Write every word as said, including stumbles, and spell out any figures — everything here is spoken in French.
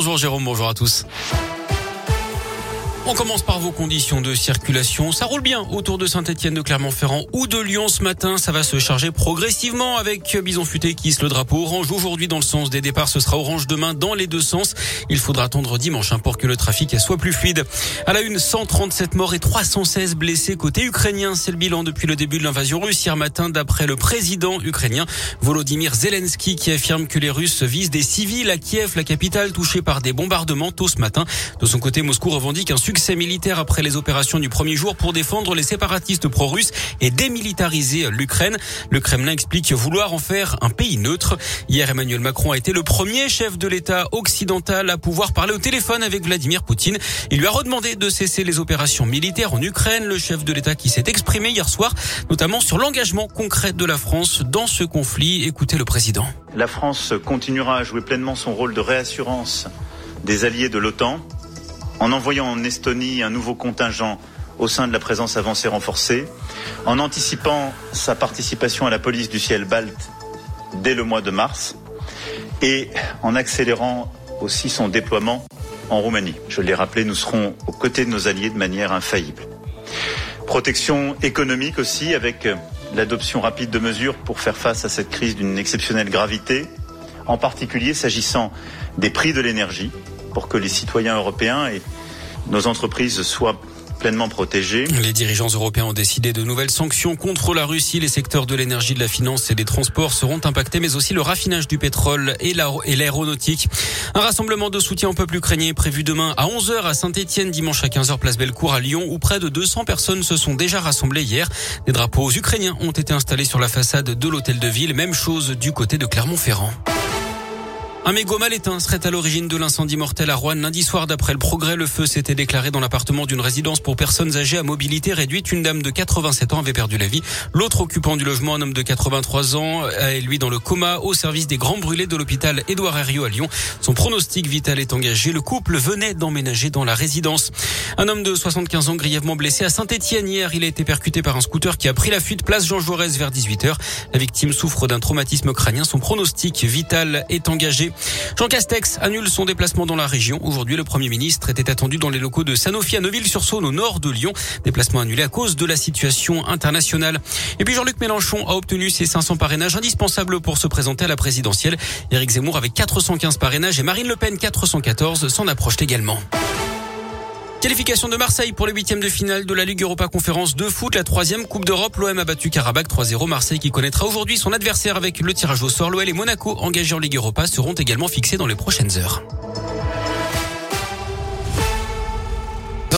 Bonjour Jérôme, bonjour à tous. On commence par vos conditions de circulation. Ça roule bien autour de Saint-Etienne, de Clermont-Ferrand ou de Lyon ce matin. Ça va se charger progressivement avec Bison Futé qui hisse le drapeau orange aujourd'hui dans le sens des départs. Ce sera orange demain dans les deux sens. Il faudra attendre dimanche hein, pour que le trafic soit plus fluide. À la une, cent trente-sept morts et trois cent seize blessés côté ukrainien. C'est le bilan depuis le début de l'invasion russe hier matin d'après le président ukrainien Volodymyr Zelensky qui affirme que les Russes visent des civils à Kiev, la capitale touchée par des bombardements tôt ce matin. De son côté, Moscou revendique un succès militaire après les opérations du premier jour pour défendre les séparatistes pro-russes et démilitariser l'Ukraine. Le Kremlin explique vouloir en faire un pays neutre. Hier, Emmanuel Macron a été le premier chef de l'État occidental à pouvoir parler au téléphone avec Vladimir Poutine. Il lui a redemandé de cesser les opérations militaires en Ukraine. Le chef de l'État qui s'est exprimé hier soir, notamment sur l'engagement concret de la France dans ce conflit. Écoutez le président. La France continuera à jouer pleinement son rôle de réassurance des alliés de l'OTAN en envoyant en Estonie un nouveau contingent au sein de la présence avancée renforcée, en anticipant sa participation à la police du ciel balte dès le mois de mars et en accélérant aussi son déploiement en Roumanie. Je l'ai rappelé, nous serons aux côtés de nos alliés de manière infaillible. Protection économique aussi, avec l'adoption rapide de mesures pour faire face à cette crise d'une exceptionnelle gravité, en particulier s'agissant des prix de l'énergie, pour que les citoyens européens et nos entreprises soient pleinement protégés. Les dirigeants européens ont décidé de nouvelles sanctions contre la Russie. Les secteurs de l'énergie, de la finance et des transports seront impactés, mais aussi le raffinage du pétrole et l'aéronautique. Un rassemblement de soutien au peuple ukrainien est prévu demain à onze heures à Saint-Etienne, dimanche à quinze heures place Bellecour à Lyon, où près de deux cents personnes se sont déjà rassemblées hier. Des drapeaux ukrainiens ont été installés sur la façade de l'hôtel de ville. Même chose du côté de Clermont-Ferrand. Un mégot mal éteint serait à l'origine de l'incendie mortel à Roanne lundi soir. D'après le Progrès, le feu s'était déclaré dans l'appartement d'une résidence pour personnes âgées à mobilité réduite. Une dame de quatre-vingt-sept ans avait perdu la vie. L'autre occupant du logement, un homme de quatre-vingt-trois ans, est lui dans le coma au service des grands brûlés de l'hôpital Édouard Herriot à Lyon. Son pronostic vital est engagé. Le couple venait d'emménager dans la résidence. Un homme de soixante-quinze ans grièvement blessé à Saint-Etienne hier. Il a été percuté par un scooter qui a pris la fuite place Jean Jaurès vers dix-huit heures. La victime souffre d'un traumatisme crânien. Son pronostic vital est engagé. Jean Castex annule son déplacement dans la région. Aujourd'hui, le Premier ministre était attendu dans les locaux de Sanofi à Neuville-sur-Saône, au nord de Lyon. Déplacement annulé à cause de la situation internationale. Et puis Jean-Luc Mélenchon a obtenu ses cinq cents parrainages indispensables pour se présenter à la présidentielle. Éric Zemmour avec quatre cent quinze parrainages et Marine Le Pen quatre cent quatorze s'en approchent également. Qualification de Marseille pour les huitièmes de finale de la Ligue Europa Conférence de foot, la troisième Coupe d'Europe. L'O M a battu Karabakh trois zéro. Marseille qui connaîtra aujourd'hui son adversaire avec le tirage au sort. L'O L et Monaco engagés en Ligue Europa seront également fixés dans les prochaines heures.